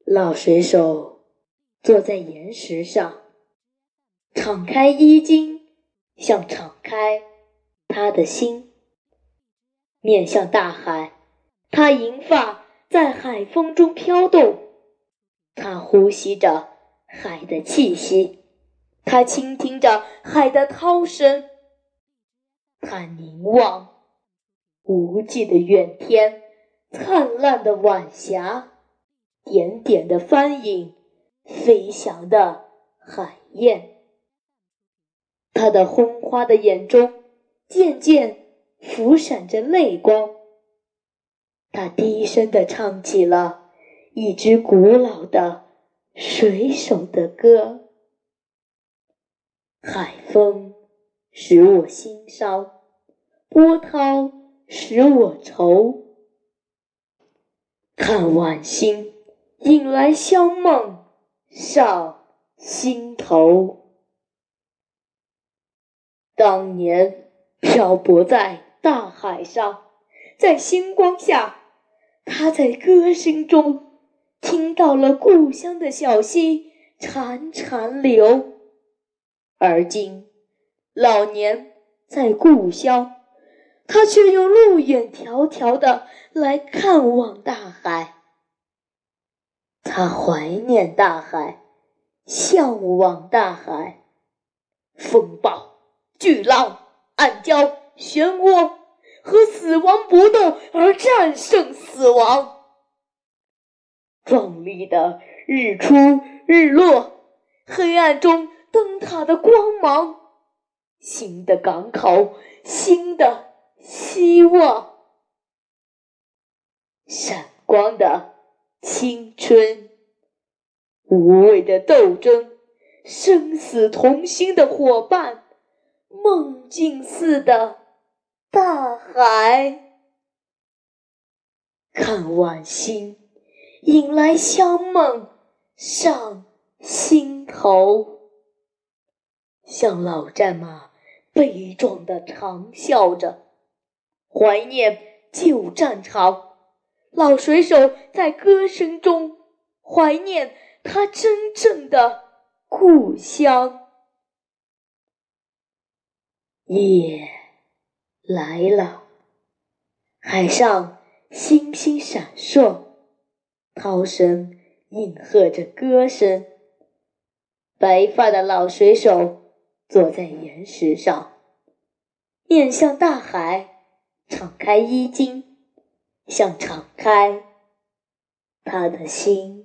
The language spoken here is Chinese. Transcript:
老水手坐在岩石上，敞开衣襟，像敞开他的心。面向大海，他银发在海风中飘动，他呼吸着海的气息，他倾听着海的涛声，他凝望无际的远天，灿烂的晚霞，点点的帆影，飞翔的海燕。他的昏花的眼中渐渐浮闪着泪光，他低声地唱起了一支古老的水手的歌。海风使我心伤，波涛使我愁，看晚星引来香梦上心头。当年漂泊在大海上，在星光下，他在歌声中听到了故乡的小溪潺潺流。而今老年在故乡，他却又路远迢迢的来看望大海。他怀念大海，向往大海，风暴、巨浪、暗礁、漩涡，和死亡搏斗而战胜死亡。壮丽的日出日落，黑暗中灯塔的光芒，新的港口，新的希望，闪光的青春，无畏的斗争，生死同心的伙伴，梦境似的大海。看晚星引来香梦上心头，像老战马悲壮地长啸着，怀念旧战场。老水手在歌声中怀念他真正的故乡。夜来了，海上星星闪烁，涛声应和着歌声。白发的老水手坐在岩石上，面向大海，敞开衣襟，像敞开他的心。